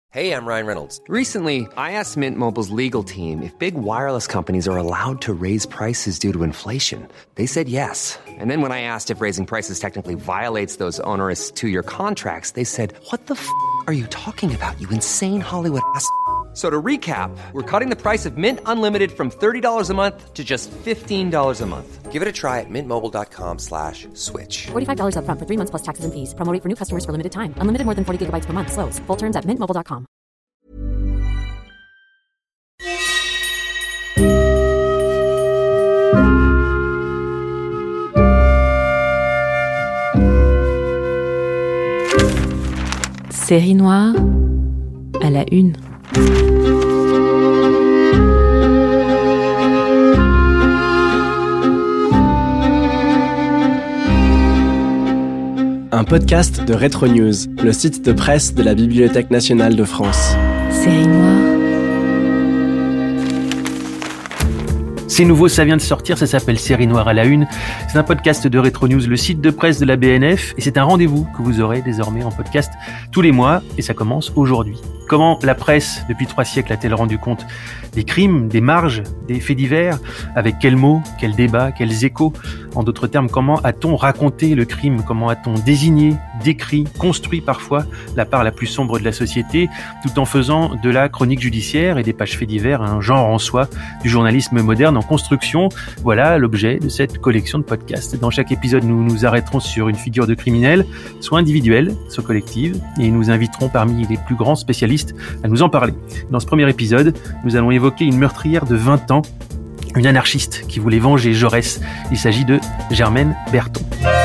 Hey, I'm Ryan Reynolds. Recently, I asked Mint Mobile's legal team if big wireless companies are allowed to raise prices due to inflation. They said yes. And then when I asked if raising prices technically violates those onerous two-year contracts, they said, "What the f*** are you talking about, you insane Hollywood ass?" So to recap, we're cutting the price of Mint Unlimited from $30 a month to just $15 a month. Give it a try at mintmobile.com/switch. $45 up front for 3 months plus taxes and fees. Promo rate for new customers for limited time. Unlimited more than 40 gigabytes per month. Slows full terms at mintmobile.com. Série noire à la une. Un podcast de Retro News, le site de presse de la Bibliothèque nationale de France. Série noire. C'est nouveau, ça vient de sortir, ça s'appelle Série Noire à la Une. C'est un podcast de Retro News, le site de presse de la BNF, et c'est un rendez-vous que vous aurez désormais en podcast tous les mois, et ça commence aujourd'hui. Comment la presse, depuis 3 siècles, a-t-elle rendu compte des crimes, des marges, des faits divers? Avec quels mots, quels débats, quels échos? En d'autres termes, comment a-t-on raconté le crime? Comment a-t-on désigné, décrit, construit parfois la part la plus sombre de la société, tout en faisant de la chronique judiciaire et des pages faits divers un genre en soi du journalisme moderne en construction? Voilà l'objet de cette collection de podcasts. Dans chaque épisode, nous nous arrêterons sur une figure de criminel, soit individuelle, soit collective, et nous inviterons parmi les plus grands spécialistes à nous en parler. Dans ce premier épisode, nous allons évoquer une meurtrière de 20 ans, une anarchiste qui voulait venger Jaurès. Il s'agit de Germaine Berton.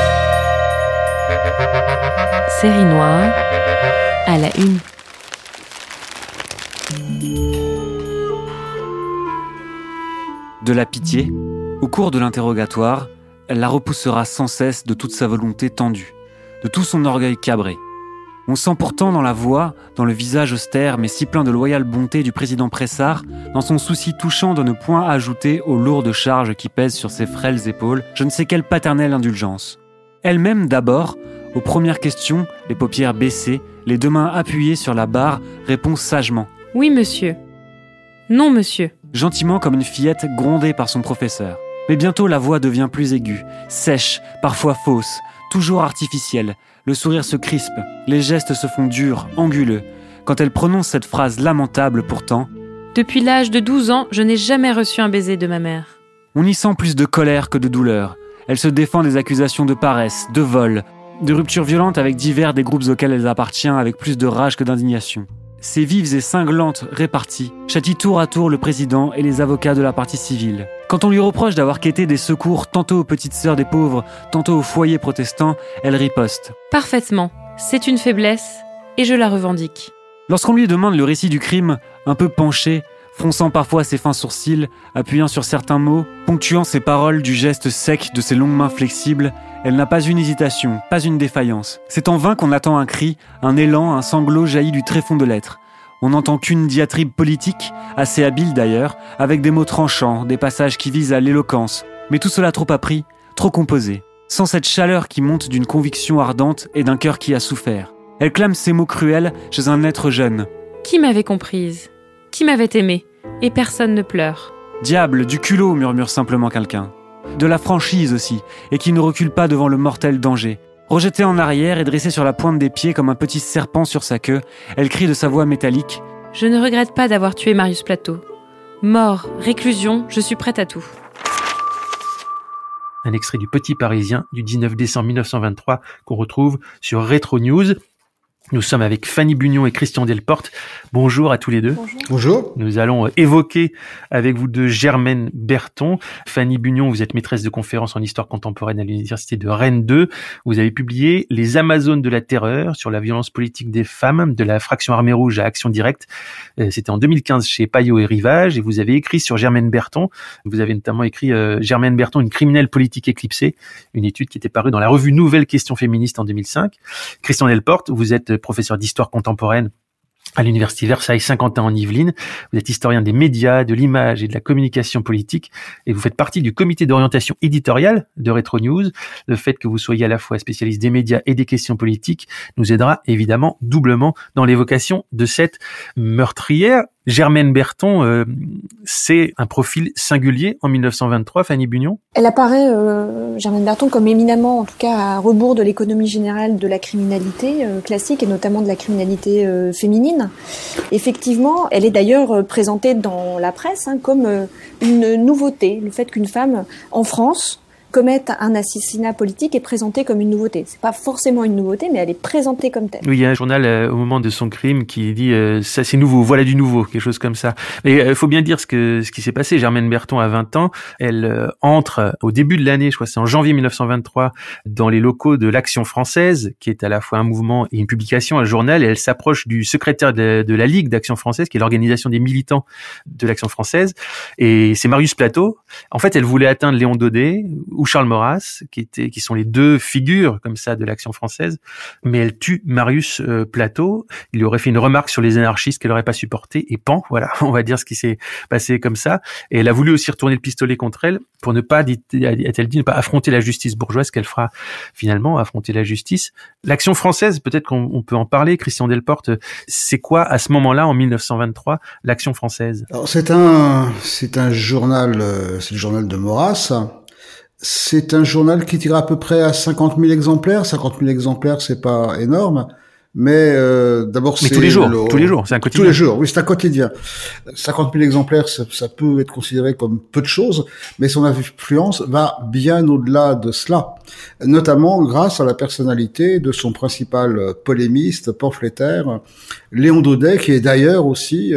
Série noire à la une. De la pitié, au cours de l'interrogatoire, elle la repoussera sans cesse de toute sa volonté tendue, de tout son orgueil cabré. On sent pourtant dans la voix, dans le visage austère mais si plein de loyale bonté du président Pressart, dans son souci touchant de ne point ajouter aux lourdes charges qui pèsent sur ses frêles épaules, je ne sais quelle paternelle indulgence. Elle-même d'abord, aux premières questions, les paupières baissées, les 2 mains appuyées sur la barre, répond sagement. Oui, monsieur. Non, monsieur. Gentiment comme une fillette grondée par son professeur. Mais bientôt la voix devient plus aiguë, sèche, parfois fausse, toujours artificielle. Le sourire se crispe, les gestes se font durs, anguleux. Quand elle prononce cette phrase lamentable pourtant, « Depuis l'âge de 12 ans, je n'ai jamais reçu un baiser de ma mère. » On y sent plus de colère que de douleur. Elle se défend des accusations de paresse, de vol, de rupture violente avec divers des groupes auxquels elle appartient avec plus de rage que d'indignation. Ces vives et cinglantes réparties châtient tour à tour le président et les avocats de la partie civile. Quand on lui reproche d'avoir quêté des secours tantôt aux petites sœurs des pauvres, tantôt aux foyers protestants, elle riposte. Parfaitement. C'est une faiblesse et je la revendique. Lorsqu'on lui demande le récit du crime, un peu penché, fronçant parfois ses fins sourcils, appuyant sur certains mots, ponctuant ses paroles du geste sec de ses longues mains flexibles, elle n'a pas une hésitation, pas une défaillance. C'est en vain qu'on attend un cri, un élan, un sanglot jailli du tréfonds de l'être. On n'entend qu'une diatribe politique, assez habile d'ailleurs, avec des mots tranchants, des passages qui visent à l'éloquence, mais tout cela trop appris, trop composé, sans cette chaleur qui monte d'une conviction ardente et d'un cœur qui a souffert. Elle clame ces mots cruels chez un être jeune. Qui m'avait comprise? Qui m'avait aimée? Et personne ne pleure. Diable, du culot, murmure simplement quelqu'un. De la franchise aussi, et qui ne recule pas devant le mortel danger. Rejetée en arrière et dressée sur la pointe des pieds comme un petit serpent sur sa queue, elle crie de sa voix métallique. Je ne regrette pas d'avoir tué Marius Plateau. Mort, réclusion, je suis prête à tout. Un extrait du Petit Parisien du 19 décembre 1923 qu'on retrouve sur Retro News. Nous sommes avec Fanny Bugnon et Christian Delporte. Bonjour à tous les deux. Bonjour. Nous allons évoquer avec vous deux Germaine Berton. Fanny Bugnon, vous êtes maîtresse de conférences en histoire contemporaine à l'université de Rennes 2. Vous avez publié Les Amazones de la Terreur sur la violence politique des femmes de la fraction Armée Rouge à Action Directe. C'était en 2015 chez Payot et Rivage. Et vous avez écrit sur Germaine Berton. Vous avez notamment écrit Germaine Berton, une criminelle politique éclipsée, une étude qui était parue dans la revue Nouvelles Questions féministes en 2005. Christian Delporte, vous êtes professeur d'histoire contemporaine à l'Université Versailles Saint-Quentin-en-Yvelines. Vous êtes historien des médias, de l'image et de la communication politique et vous faites partie du comité d'orientation éditoriale de Retro News. Le fait que vous soyez à la fois spécialiste des médias et des questions politiques nous aidera évidemment doublement dans l'évocation de cette meurtrière. Germaine Berton, c'est un profil singulier en 1923, Fanny Bugnon. Elle apparaît, Germaine Berton, comme éminemment, en tout cas, à rebours de l'économie générale de la criminalité classique et notamment de la criminalité féminine. Effectivement, elle est d'ailleurs présentée dans la presse comme une nouveauté. Le fait qu'une femme, en France, commette un assassinat politique est présenté comme une nouveauté. C'est pas forcément une nouveauté, mais elle est présentée comme telle. Oui, il y a un journal au moment de son crime qui dit ça c'est nouveau, voilà du nouveau, quelque chose comme ça. Mais il faut bien dire ce qui s'est passé. Germaine Berton a 20 ans, elle entre au début de l'année, je crois que c'est en janvier 1923, dans les locaux de l'Action française, qui est à la fois un mouvement et une publication, un journal, et elle s'approche du secrétaire de la Ligue d'Action française, qui est l'organisation des militants de l'Action française, et c'est Marius Plateau. En fait, elle voulait atteindre Léon Daudet ou Charles Maurras, qui sont les deux figures comme ça de l'Action française, mais elle tue Marius Plateau. Il lui aurait fait une remarque sur les anarchistes qu'elle n'aurait pas supporté, et pan, voilà, on va dire ce qui s'est passé comme ça. Et elle a voulu aussi retourner le pistolet contre elle pour ne pas, a-t-elle dit, ne pas affronter la justice bourgeoise, qu'elle fera finalement, affronter la justice. L'Action française, peut-être qu'on peut en parler, Christian Delporte, c'est quoi à ce moment-là, en 1923, l'Action française? Alors c'est un journal, c'est le journal de Maurras. C'est un journal qui tire à peu près à 50 000 exemplaires. 50 000 exemplaires, c'est pas énorme. Mais d'abord, c'est... Mais tous les jours, c'est un quotidien. Tous les jours, oui, c'est un quotidien. 50 000 exemplaires, ça peut être considéré comme peu de choses, mais son influence va bien au-delà de cela. Notamment grâce à la personnalité de son principal polémiste, pamphlétaire, Léon Daudet, qui est d'ailleurs aussi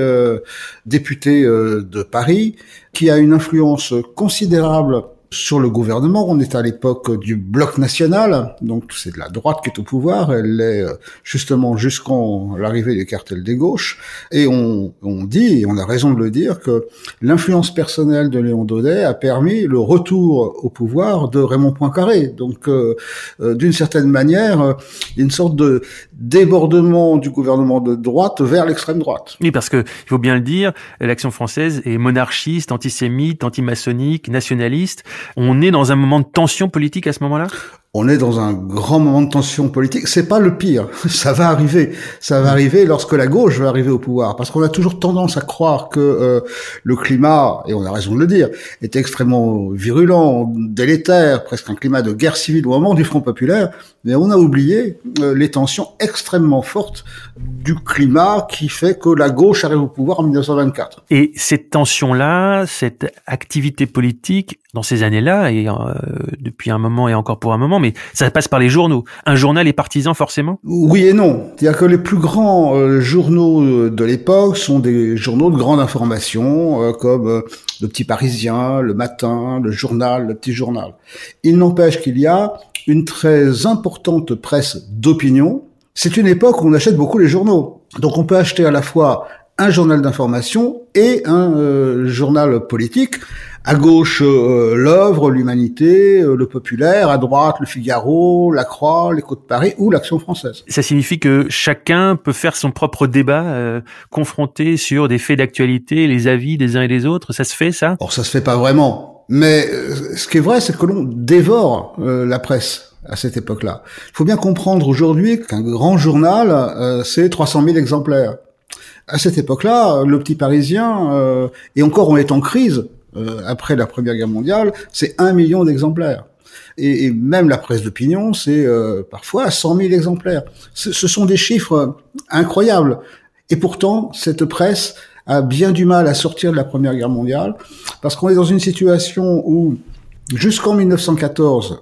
député de Paris, qui a une influence considérable sur le gouvernement. On est à l'époque du bloc national, donc c'est de la droite qui est au pouvoir, elle l'est justement jusqu'à l'arrivée des cartels des gauches, et on dit, et on a raison de le dire, que l'influence personnelle de Léon Daudet a permis le retour au pouvoir de Raymond Poincaré. Donc d'une certaine manière, une sorte de débordement du gouvernement de droite vers l'extrême droite. Oui, parce que il faut bien le dire, l'Action française est monarchiste, antisémite, antimaçonnique, nationaliste. On est dans un moment de tension politique à ce moment-là ? On est dans un grand moment de tension politique. C'est pas le pire. Ça va arriver. Ça va arriver lorsque la gauche va arriver au pouvoir. Parce qu'on a toujours tendance à croire que le climat, et on a raison de le dire, est extrêmement virulent, délétère, presque un climat de guerre civile au moment du Front populaire. Mais on a oublié les tensions extrêmement fortes du climat qui fait que la gauche arrive au pouvoir en 1924. Et cette tension-là, cette activité politique, dans ces années-là, et depuis un moment et encore pour un moment, mais ça passe par les journaux. Un journal est partisan, forcément ? Oui et non. C'est-à-dire que les plus grands journaux de l'époque sont des journaux de grande information, comme Le Petit Parisien, Le Matin, Le Journal, Le Petit Journal. Il n'empêche qu'il y a une très importante presse d'opinion. C'est une époque où on achète beaucoup les journaux. Donc on peut acheter à la fois un journal d'information et un journal politique. À gauche, l'Œuvre, l'Humanité, le Populaire. À droite, le Figaro, la Croix, l'Écho de Paris ou l'Action française. Ça signifie que chacun peut faire son propre débat, confronté sur des faits d'actualité, les avis des uns et des autres. Ça se fait, ça ? Or, ça se fait pas vraiment. Mais ce qui est vrai, c'est que l'on dévore la presse à cette époque-là. Il faut bien comprendre aujourd'hui qu'un grand journal, c'est 300 000 exemplaires. À cette époque-là, Le Petit Parisien, et encore on est en crise, après la Première Guerre mondiale, c'est 1 million d'exemplaires. Et même la presse d'opinion, c'est parfois 100 000 exemplaires. Ce sont des chiffres incroyables. Et pourtant, cette presse a bien du mal à sortir de la Première Guerre mondiale, parce qu'on est dans une situation où, jusqu'en 1914,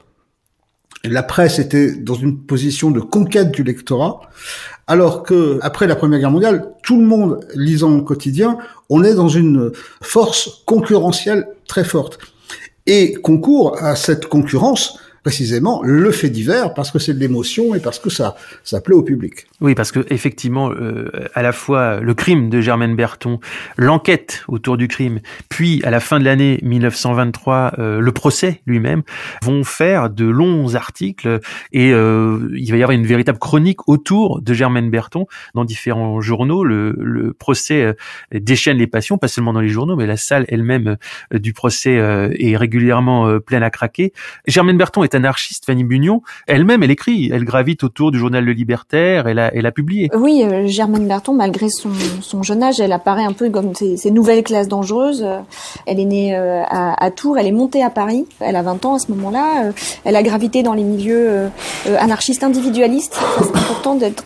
la presse était dans une position de conquête du lectorat, alors que après la Première Guerre mondiale, tout le monde lisant le quotidien, on est dans une force concurrentielle très forte. Et concourt à cette concurrence précisément le fait divers parce que c'est de l'émotion et parce que ça plaît au public. Oui, parce que effectivement, à la fois le crime de Germaine Berton, l'enquête autour du crime, puis à la fin de l'année 1923, le procès lui-même, vont faire de longs articles et il va y avoir une véritable chronique autour de Germaine Berton dans différents journaux. Le procès déchaîne les passions, pas seulement dans les journaux, mais la salle elle-même du procès est régulièrement pleine à craquer. Germaine Berton est anarchiste, Fanny Bugnon. Elle-même, elle écrit, elle gravite autour du journal Le Libertaire, elle a publié. Oui, Germaine Berton, malgré son jeune âge, elle apparaît un peu comme ces nouvelles classes dangereuses. Elle est née à Tours, elle est montée à Paris, elle a 20 ans à ce moment-là. Elle a gravité dans les milieux anarchistes individualistes. C'est important d'être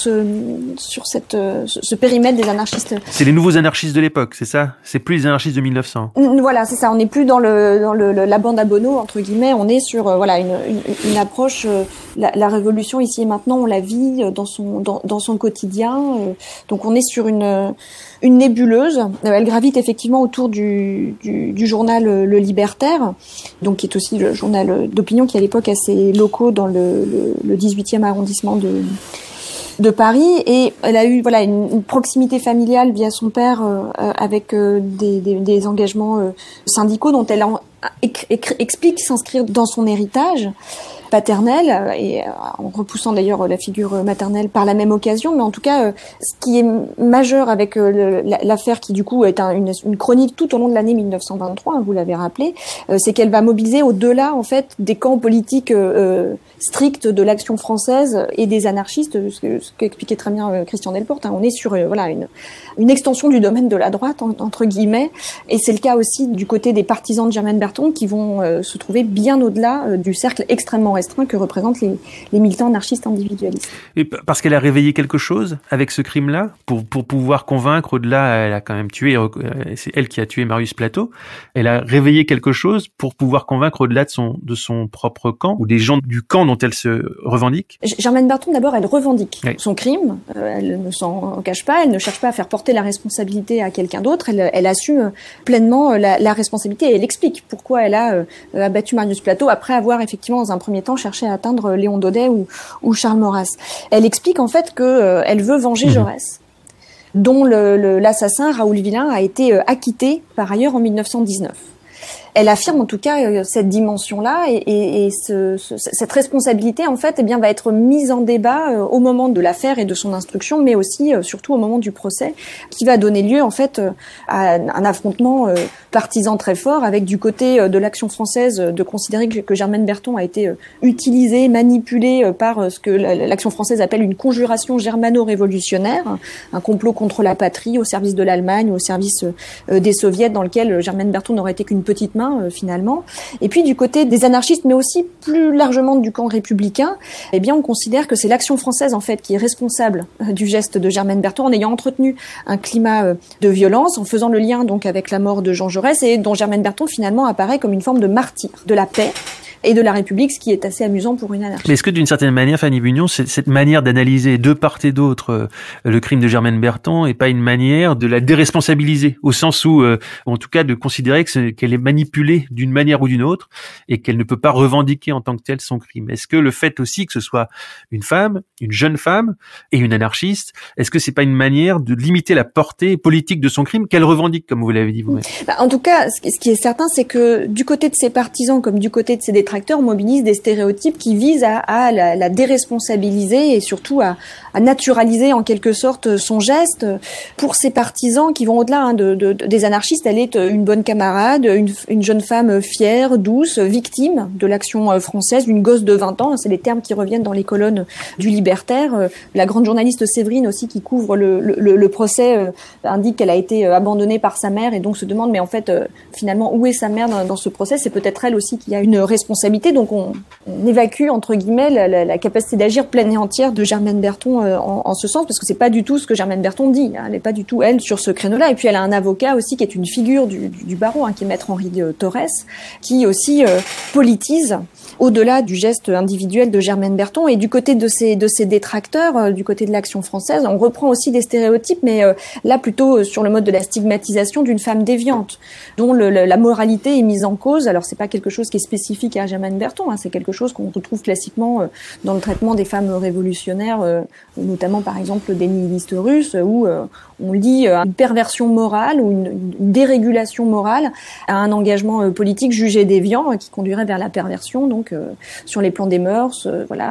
sur ce périmètre des anarchistes. C'est les nouveaux anarchistes de l'époque, c'est ça? C'est plus les anarchistes de 1900. Voilà, c'est ça. On n'est plus dans la bande à Bono, entre guillemets. On est sur une approche. La révolution ici et maintenant, on la vit dans son quotidien. Donc on est sur une nébuleuse. Elle gravite effectivement autour du journal Le Libertaire, donc qui est aussi le journal d'opinion qui à l'époque a ses locaux dans le 18e arrondissement de Paris, et elle a eu une proximité familiale via son père avec des engagements syndicaux dont elle explique s'inscrire dans son héritage paternel, et en repoussant d'ailleurs la figure maternelle par la même occasion. Mais en tout cas, ce qui est majeur avec l'affaire, qui du coup est une chronique tout au long de l'année 1923, vous l'avez rappelé, c'est qu'elle va mobiliser au-delà en fait des camps politiques stricts de l'Action française et des anarchistes, ce qu'expliquait très bien Christian Delporte. On est sur une extension du domaine de la droite entre guillemets, et c'est le cas aussi du côté des partisans de Germaine Berton qui vont se trouver bien au-delà du cercle extrêmement restreint que représentent les militants anarchistes individualistes. Et parce qu'elle a réveillé quelque chose avec ce crime-là, pour pouvoir convaincre, au-delà, elle a quand même tué, c'est elle qui a tué Marius Plateau, elle a réveillé quelque chose pour pouvoir convaincre au-delà de son propre camp, ou des gens du camp dont elle se revendique. Germaine Berton, d'abord, elle revendique son crime, elle ne s'en cache pas, elle ne cherche pas à faire porter la responsabilité à quelqu'un d'autre, elle assume pleinement la responsabilité, et elle explique pourquoi elle a abattu Marius Plateau après avoir effectivement dans un premier temps cherché à atteindre Léon Daudet ou Charles Maurras. Elle explique en fait que elle veut venger Jaurès, dont l'assassin Raoul Villain a été acquitté par ailleurs en 1919. Elle affirme en tout cas cette dimension-là, et cette responsabilité en fait va être mise en débat au moment de l'affaire et de son instruction, mais aussi surtout au moment du procès, qui va donner lieu en fait à un affrontement partisan très fort, avec du côté de l'Action française de considérer que Germaine Berton a été utilisée, manipulée par ce que l'Action française appelle une conjuration germano-révolutionnaire, un complot contre la patrie au service de l'Allemagne, au service des soviets, dans lequel Germaine Berton n'aurait été qu'une petite main finalement. Et puis du côté des anarchistes, mais aussi plus largement du camp républicain, on considère que c'est l'Action française en fait qui est responsable du geste de Germaine Berton, en ayant entretenu un climat de violence, en faisant le lien donc avec la mort de Jean Jaurès, et dont Germaine Berton finalement apparaît comme une forme de martyr de la paix et de la République, ce qui est assez amusant pour une anarchiste. Mais est-ce que d'une certaine manière, Fanny Bugnon, cette manière d'analyser de part et d'autre le crime de Germaine Berton est pas une manière de la déresponsabiliser, au sens où, en tout cas, de considérer qu'elle est manipulée d'une manière ou d'une autre et qu'elle ne peut pas revendiquer en tant que telle son crime? Est-ce que le fait aussi que ce soit une femme, une jeune femme et une anarchiste, est-ce que c'est pas une manière de limiter la portée politique de son crime qu'elle revendique, comme vous l'avez dit vous-même? En tout cas, ce qui est certain, c'est que du côté de ses partisans comme du côté de ses détracteurs, mobilisent des stéréotypes qui visent à la déresponsabiliser et surtout à naturaliser en quelque sorte son geste. Pour ses partisans qui vont au-delà des anarchistes, elle est une bonne camarade, une jeune femme fière, douce, victime de l'Action française, une gosse de 20 ans, c'est les termes qui reviennent dans les colonnes du Libertaire. La grande journaliste Séverine aussi, qui couvre le procès, indique qu'elle a été abandonnée par sa mère, et donc se demande mais en fait finalement où est sa mère dans ce procès? C'est peut-être elle aussi qui a une responsabilité. Donc on évacue entre guillemets la capacité d'agir pleine et entière de Germaine Berton en ce sens, parce que c'est pas du tout ce que Germaine Berton dit, elle n'est pas du tout elle sur ce créneau-là. Et puis elle a un avocat aussi qui est une figure du barreau, qui est maître Henri Torres, qui aussi politise au-delà du geste individuel de Germaine Berton. Et du côté de ses détracteurs, du côté de l'Action française, on reprend aussi des stéréotypes, mais là plutôt sur le mode de la stigmatisation d'une femme déviante, dont la moralité est mise en cause. Alors c'est pas quelque chose qui est spécifique à Germaine Berton. C'est quelque chose qu'on retrouve classiquement dans le traitement des femmes révolutionnaires, notamment par exemple des nihilistes russes, où on lie une perversion morale ou une dérégulation morale à un engagement politique jugé déviant qui conduirait vers la perversion. Donc sur les plans des mœurs,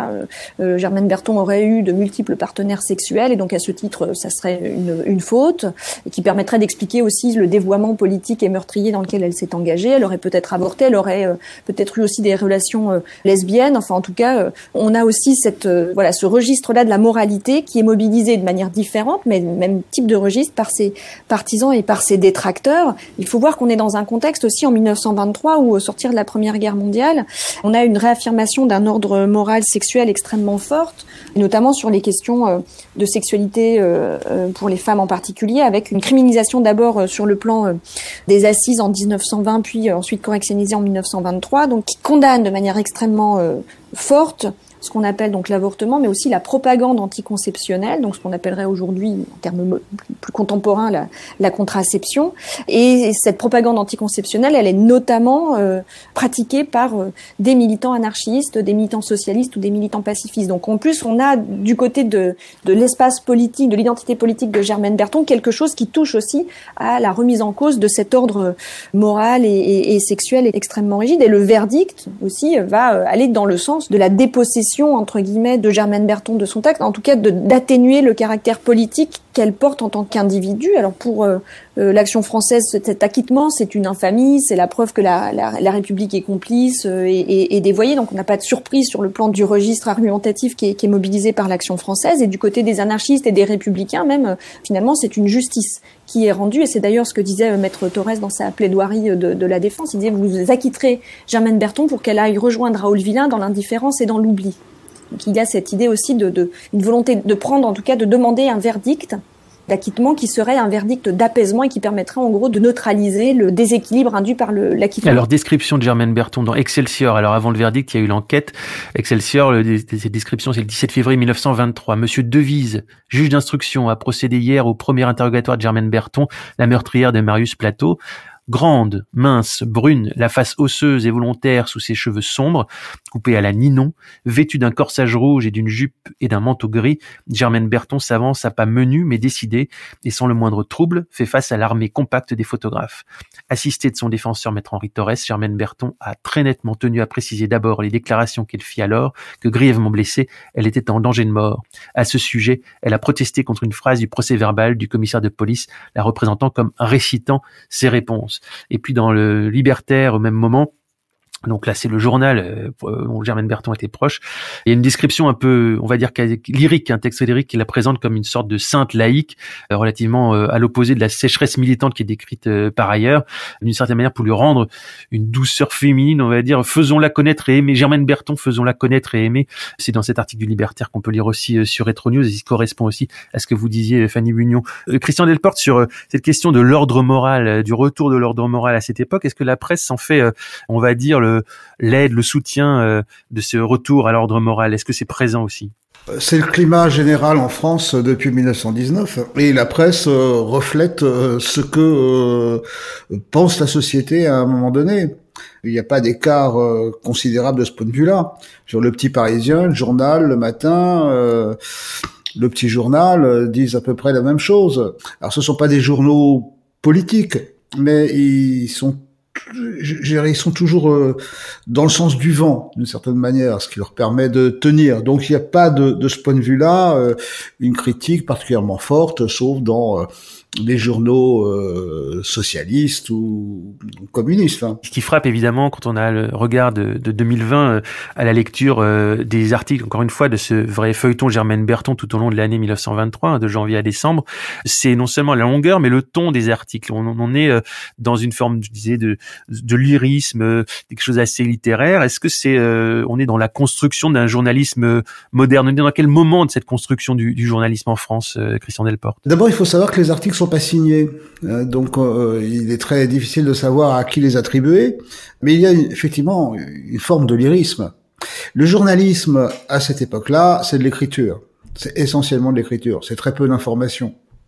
Germaine Berton aurait eu de multiples partenaires sexuels et donc à ce titre, ça serait une faute qui permettrait d'expliquer aussi le dévoiement politique et meurtrier dans lequel elle s'est engagée. Elle aurait peut-être avorté, elle aurait peut-être eu aussi des relations lesbiennes. Enfin, en tout cas, on a aussi ce registre-là de la moralité qui est mobilisé de manière différente, mais même type de registre par ses partisans et par ses détracteurs. Il faut voir qu'on est dans un contexte aussi en 1923 où, au sortir de la Première Guerre mondiale, on a une réaffirmation d'un ordre moral sexuel extrêmement forte, notamment sur les questions de sexualité pour les femmes en particulier, avec une criminalisation d'abord sur le plan des assises en 1920, puis ensuite correctionnisée en 1923, donc qui condamne de manière extrêmement forte ce qu'on appelle donc l'avortement, mais aussi la propagande anticonceptionnelle, donc ce qu'on appellerait aujourd'hui, en termes plus contemporains, la contraception. Et cette propagande anticonceptionnelle, elle est notamment pratiquée par des militants anarchistes, des militants socialistes ou des militants pacifistes. Donc en plus, on a du côté de l'espace politique, de l'identité politique de Germaine Berton, quelque chose qui touche aussi à la remise en cause de cet ordre moral et sexuel extrêmement rigide. Et le verdict aussi va aller dans le sens de la dépossession entre guillemets de Germaine Berton de son texte, en tout cas d'atténuer le caractère politique qu'elle porte en tant qu'individu. Alors pour l'Action française, cet acquittement, c'est une infamie, c'est la preuve que la République est complice et dévoyée, donc on n'a pas de surprise sur le plan du registre argumentatif qui est mobilisé par l'Action française. Et du côté des anarchistes et des républicains même, finalement, c'est une justice qui est rendue, et c'est d'ailleurs ce que disait Maître Torres dans sa plaidoirie de la défense. Il disait, vous acquitterez Germaine Berton pour qu'elle aille rejoindre Raoul Villain dans l'indifférence et dans l'oubli. Donc il y a cette idée aussi une volonté de prendre, en tout cas de demander un verdict d'acquittement qui serait un verdict d'apaisement et qui permettrait en gros de neutraliser le déséquilibre induit par l'acquittement. Alors, description de Germaine Berton dans Excelsior. Alors, avant le verdict, il y a eu l'enquête. Excelsior, cette description, c'est le 17 février 1923. Monsieur Devise, juge d'instruction, a procédé hier au premier interrogatoire de Germaine Berton, la meurtrière de Marius Plateau. Grande, mince, brune, la face osseuse et volontaire sous ses cheveux sombres, coupés à la Ninon, vêtue d'un corsage rouge et d'une jupe et d'un manteau gris, Germaine Berton s'avance à pas menus mais décidés et sans le moindre trouble fait face à l'armée compacte des photographes. Assistée de son défenseur maître Henri Torres, Germaine Berton a très nettement tenu à préciser d'abord les déclarations qu'elle fit alors que grièvement blessée, elle était en danger de mort. À ce sujet, elle a protesté contre une phrase du procès-verbal du commissaire de police, la représentant comme récitant ses réponses. Et puis dans le Libertaire, au même moment, donc là c'est le journal dont Germaine Berton était proche, il y a une description un peu, on va dire lyrique, un texte lyrique qui la présente comme une sorte de sainte laïque, relativement à l'opposé de la sécheresse militante qui est décrite par ailleurs, d'une certaine manière pour lui rendre une douceur féminine, on va dire, faisons-la connaître et aimer, Germaine Berton, faisons-la connaître et aimer. C'est dans cet article du Libertaire qu'on peut lire aussi sur Retro News, et qui correspond aussi à ce que vous disiez, Fanny Bugnon. Christian Delporte, sur cette question de l'ordre moral, du retour de l'ordre moral à cette époque, est-ce que la presse s'en fait, on va dire, l'aide, le soutien de ce retour à l'ordre moral? Est-ce que c'est présent aussi? C'est le climat général en France depuis 1919 et la presse reflète ce que pense la société à un moment donné. Il n'y a pas d'écart considérable de ce point de vue-là. Sur le Petit Parisien, le journal, le matin, le Petit Journal disent à peu près la même chose. Alors ce ne sont pas des journaux politiques, mais ils sont toujours dans le sens du vent, d'une certaine manière, ce qui leur permet de tenir. Donc il n'y a pas de ce point de vue-là une critique particulièrement forte, sauf dans les journaux socialistes ou communistes. Ce qui frappe évidemment quand on a le regard de 2020 à la lecture des articles, encore une fois, de ce vrai feuilleton Germaine Berton tout au long de l'année 1923, de janvier à décembre, c'est non seulement la longueur, mais le ton des articles. On est dans une forme, je disais, de lyrisme, quelque chose d'assez littéraire. Est-ce que on est dans la construction d'un journalisme moderne? On est dans quel moment de cette construction du journalisme en France, Christian Delporte? D'abord, il faut savoir que les articles sont pas signés, donc il est très difficile de savoir à qui les attribuer, mais il y a effectivement une forme de lyrisme. Le journalisme à cette époque-là, c'est de l'écriture, c'est essentiellement de l'écriture, c'est très peu d'informations.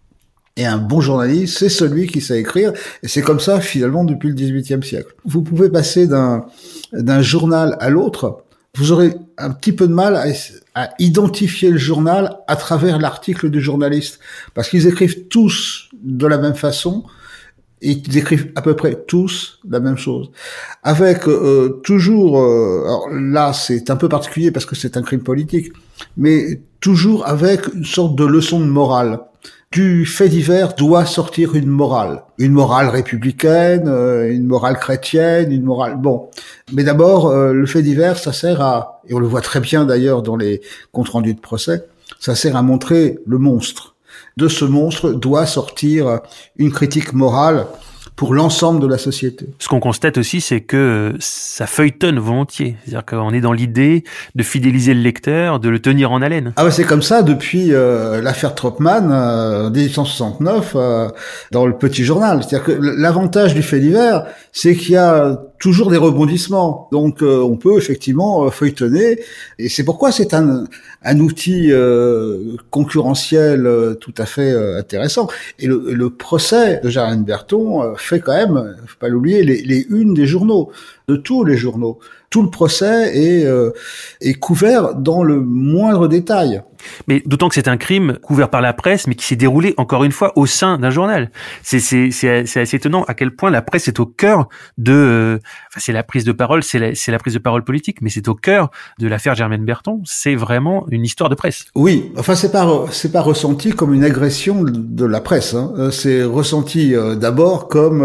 Et un bon journaliste, c'est celui qui sait écrire, et c'est comme ça finalement depuis le XVIIIe siècle. Vous pouvez passer d'un journal à l'autre, vous aurez un petit peu de mal à identifier le journal à travers l'article du journaliste, parce qu'ils écrivent tous de la même façon, et ils écrivent à peu près tous la même chose. Avec toujours, alors là c'est un peu particulier parce que c'est un crime politique, mais toujours avec une sorte de leçon de morale. Du fait divers doit sortir une morale républicaine, une morale chrétienne, une morale... Bon, mais d'abord, le fait divers, ça sert à, et on le voit très bien d'ailleurs dans les comptes rendus de procès, ça sert à montrer le monstre. De ce monstre doit sortir une critique morale pour l'ensemble de la société. Ce qu'on constate aussi, c'est que ça feuilletonne volontiers. C'est-à-dire qu'on est dans l'idée de fidéliser le lecteur, de le tenir en haleine. Ah bah c'est comme ça depuis l'affaire Troppmann en 1869 dans le Petit Journal. C'est-à-dire que l'avantage du fait divers, c'est qu'il y a toujours des rebondissements. Donc on peut effectivement feuilletonner, et c'est pourquoi c'est un outil concurrentiel tout à fait intéressant. Et le procès de Germaine Berton fait quand même, faut pas l'oublier, les unes des journaux, de tous les journaux. Tout le procès est couvert dans le moindre détail. Mais d'autant que c'est un crime couvert par la presse, mais qui s'est déroulé, encore une fois, au sein d'un journal. C'est assez étonnant à quel point la presse est au cœur c'est la prise de parole, c'est la prise de parole politique, mais c'est au cœur de l'affaire Germaine Berton. C'est vraiment une histoire de presse. Oui, enfin c'est pas ressenti comme une agression de la presse, hein. C'est ressenti d'abord comme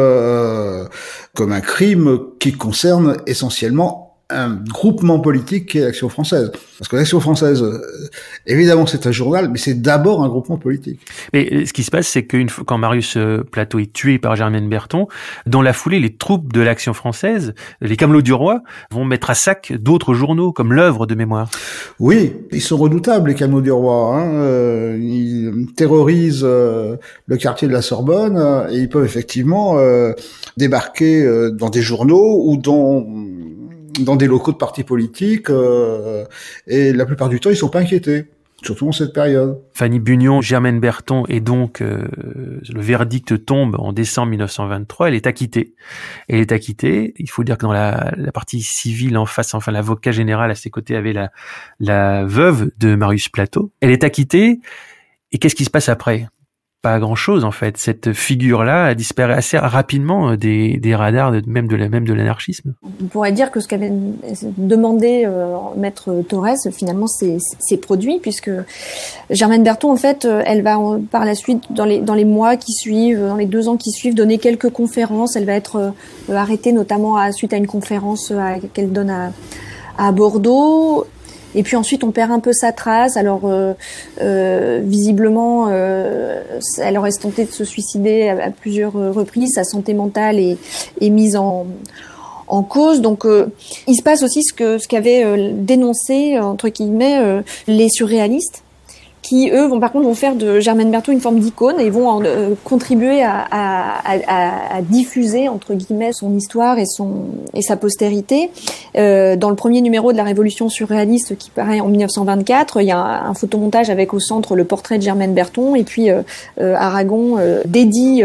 un crime qui concerne essentiellement un groupement politique qui est l'Action française. Parce que l'Action française, évidemment, c'est un journal, mais c'est d'abord un groupement politique. Mais ce qui se passe, c'est quand Marius Plateau est tué par Germaine Berton, dans la foulée, les troupes de l'Action française, les Camelots du Roi, vont mettre à sac d'autres journaux, comme l'Œuvre de mémoire. Oui, ils sont redoutables, les Camelots du Roi. Hein. Ils terrorisent le quartier de la Sorbonne, et ils peuvent effectivement débarquer dans des journaux ou dans des locaux de partis politiques, et la plupart du temps, ils sont pas inquiétés, surtout en cette période. Fanny Bugnon, Germaine Berton, et donc le verdict tombe en décembre 1923, elle est acquittée. Il faut dire que dans la partie civile en face, enfin l'avocat général à ses côtés avait la veuve de Marius Plateau. Elle est acquittée, et qu'est-ce qui se passe après ? Pas grand-chose en fait. Cette figure-là disparaît assez rapidement des radars, même de l'anarchisme. On pourrait dire que ce qu'avait demandé Maître Torres, finalement, c'est produit, puisque Germaine Berton, en fait, elle va par la suite, dans les mois qui suivent, dans les 2 ans qui suivent, donner quelques conférences. Elle va être arrêtée notamment suite à une conférence qu'elle donne à Bordeaux. Et puis ensuite, on perd un peu sa trace. Alors, visiblement, elle aurait tenté de se suicider à plusieurs reprises. Sa santé mentale est mise en cause. Donc, il se passe aussi ce qu'avaient dénoncé, entre guillemets, les surréalistes, qui, eux, vont faire de Germaine Berton une forme d'icône et vont contribuer à diffuser, entre guillemets, son histoire et sa postérité. Dans le premier numéro de la Révolution surréaliste qui paraît en 1924, il y a un photomontage avec au centre le portrait de Germaine Berton, et puis Aragon dédie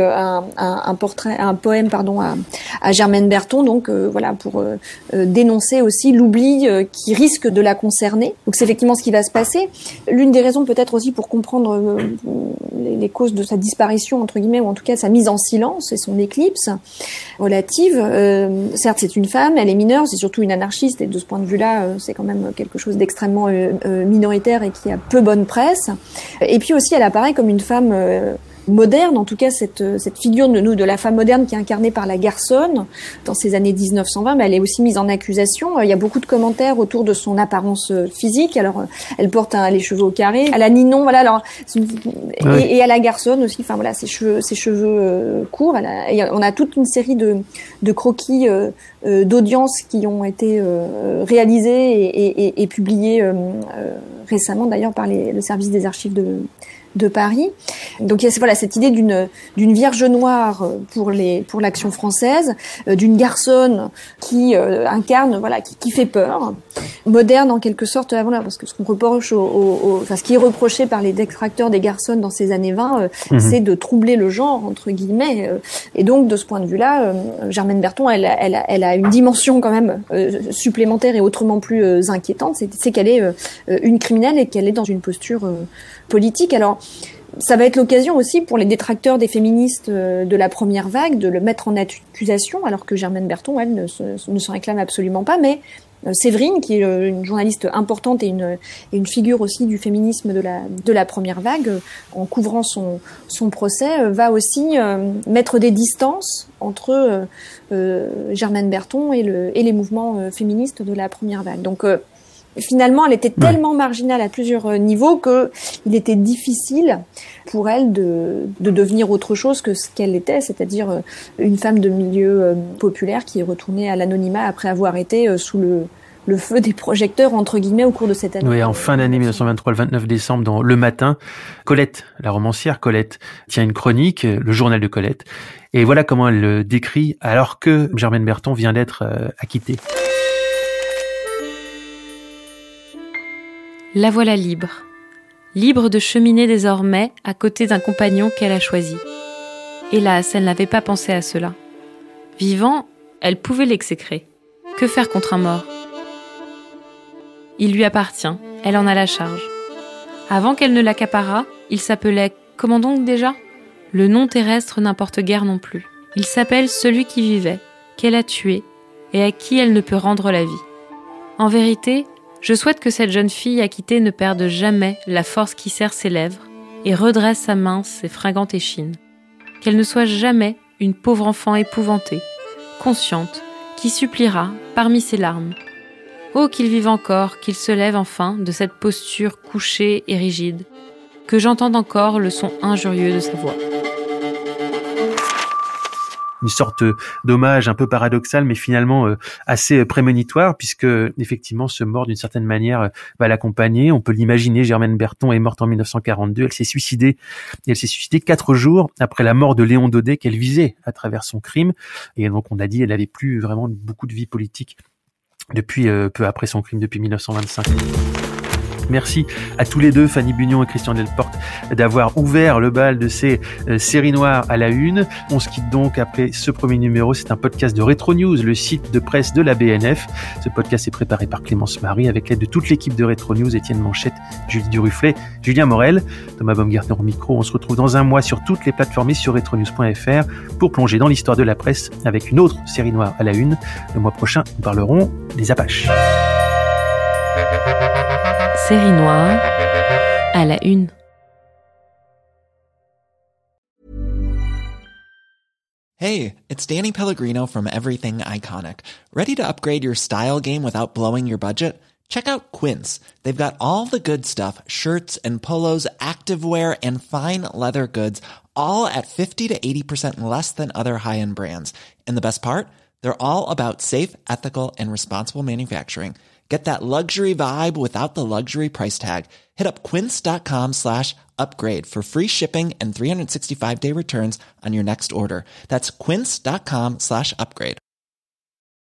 un poème à Germaine Berton, donc voilà, pour dénoncer aussi l'oubli qui risque de la concerner. Donc c'est effectivement ce qui va se passer. L'une des raisons peut-être aussi pour comprendre les causes de sa disparition, entre guillemets, ou en tout cas sa mise en silence et son éclipse relative. Certes, c'est une femme, elle est mineure, c'est surtout une anarchiste, et de ce point de vue-là, c'est quand même quelque chose d'extrêmement minoritaire et qui a peu bonne presse. Et puis aussi, elle apparaît comme une femme moderne, en tout cas cette figure de la femme moderne qui est incarnée par la garçonne dans ces années 1920, elle est aussi mise en accusation. Il y a beaucoup de commentaires autour de son apparence physique. Alors elle porte les cheveux au carré, elle a Ninon, voilà. Alors et à la garçonne aussi. Enfin voilà, ses cheveux courts. On a toute une série de croquis d'audience qui ont été réalisés et publiés récemment d'ailleurs par le service des archives de Paris. Donc il y a voilà cette idée d'une Vierge noire pour l'action française, d'une garçonne qui incarne qui fait peur, moderne en quelque sorte voilà, parce que ce qu'on reproche enfin ce qui est reproché par les détracteurs des garçons dans ces années 20 c'est de troubler le genre entre guillemets et donc de ce point de vue-là Germaine Berton elle a une dimension quand même supplémentaire et autrement plus inquiétante, c'est qu'elle est une criminelle et qu'elle est dans une posture politique. Alors ça va être l'occasion aussi pour les détracteurs des féministes de la première vague de le mettre en accusation, alors que Germaine Berton, elle, ne se réclame absolument pas. Mais Séverine, qui est une journaliste importante et une figure aussi du féminisme de la première vague, en couvrant son procès, va aussi mettre des distances entre Germaine Berton et les mouvements féministes de la première vague. Donc finalement, elle était tellement marginale à plusieurs niveaux que il était difficile pour elle de devenir autre chose que ce qu'elle était, c'est-à-dire une femme de milieu populaire qui est retournée à l'anonymat après avoir été sous le feu des projecteurs, entre guillemets, au cours de cette année. Oui, en fin d'année 1923, le 29 décembre, dans Le Matin, Colette, la romancière Colette, tient une chronique, le journal de Colette, et voilà comment elle le décrit alors que Germaine Berton vient d'être acquittée. La voilà libre. Libre de cheminer désormais à côté d'un compagnon qu'elle a choisi. Hélas, elle n'avait pas pensé à cela. Vivant, elle pouvait l'exécrer. Que faire contre un mort ? Il lui appartient, elle en a la charge. Avant qu'elle ne l'accaparât, il s'appelait, comment donc déjà ? Le nom terrestre n'importe guère non plus. Il s'appelle celui qui vivait, qu'elle a tué, et à qui elle ne peut rendre la vie. En vérité, je souhaite que cette jeune fille acquittée ne perde jamais la force qui serre ses lèvres et redresse sa mince et fringante échine. Qu'elle ne soit jamais une pauvre enfant épouvantée, consciente, qui suppliera parmi ses larmes. Oh, qu'il vive encore, qu'il se lève enfin de cette posture couchée et rigide, que j'entende encore le son injurieux de sa voix. Une sorte d'hommage un peu paradoxal, mais finalement assez prémonitoire, puisque effectivement ce mort d'une certaine manière va l'accompagner. On peut l'imaginer, Germaine Berton est morte en 1942, elle s'est suicidée 4 jours après la mort de Léon Daudet qu'elle visait à travers son crime. Et donc on a dit, elle n'avait plus vraiment beaucoup de vie politique depuis peu après son crime, depuis 1925. Merci à tous les deux, Fanny Bugnon et Christian Delporte, d'avoir ouvert le bal de ces séries noires à la une. On se quitte donc après ce premier numéro. C'est un podcast de Retro News, le site de presse de la BNF. Ce podcast est préparé par Clémence Marie avec l'aide de toute l'équipe de Retro News, Étienne Manchette, Julie Duruflet, Julien Morel, Thomas Baumgartner au micro. On se retrouve dans un mois sur toutes les plateformes et sur retronews.fr pour plonger dans l'histoire de la presse avec une autre série noire à la une. Le mois prochain, nous parlerons des Apaches. Série noire à la une. Hey, it's Danny Pellegrino from Everything Iconic. Ready to upgrade your style game without blowing your budget? Check out Quince. They've got all the good stuff, shirts and polos, activewear and fine leather goods, all at 50 to 80% less than other high-end brands. And the best part? They're all about safe, ethical, and responsible manufacturing. Get that luxury vibe without the luxury price tag. Hit up quince.com/upgrade for free shipping and 365-day returns on your next order. That's quince.com/upgrade.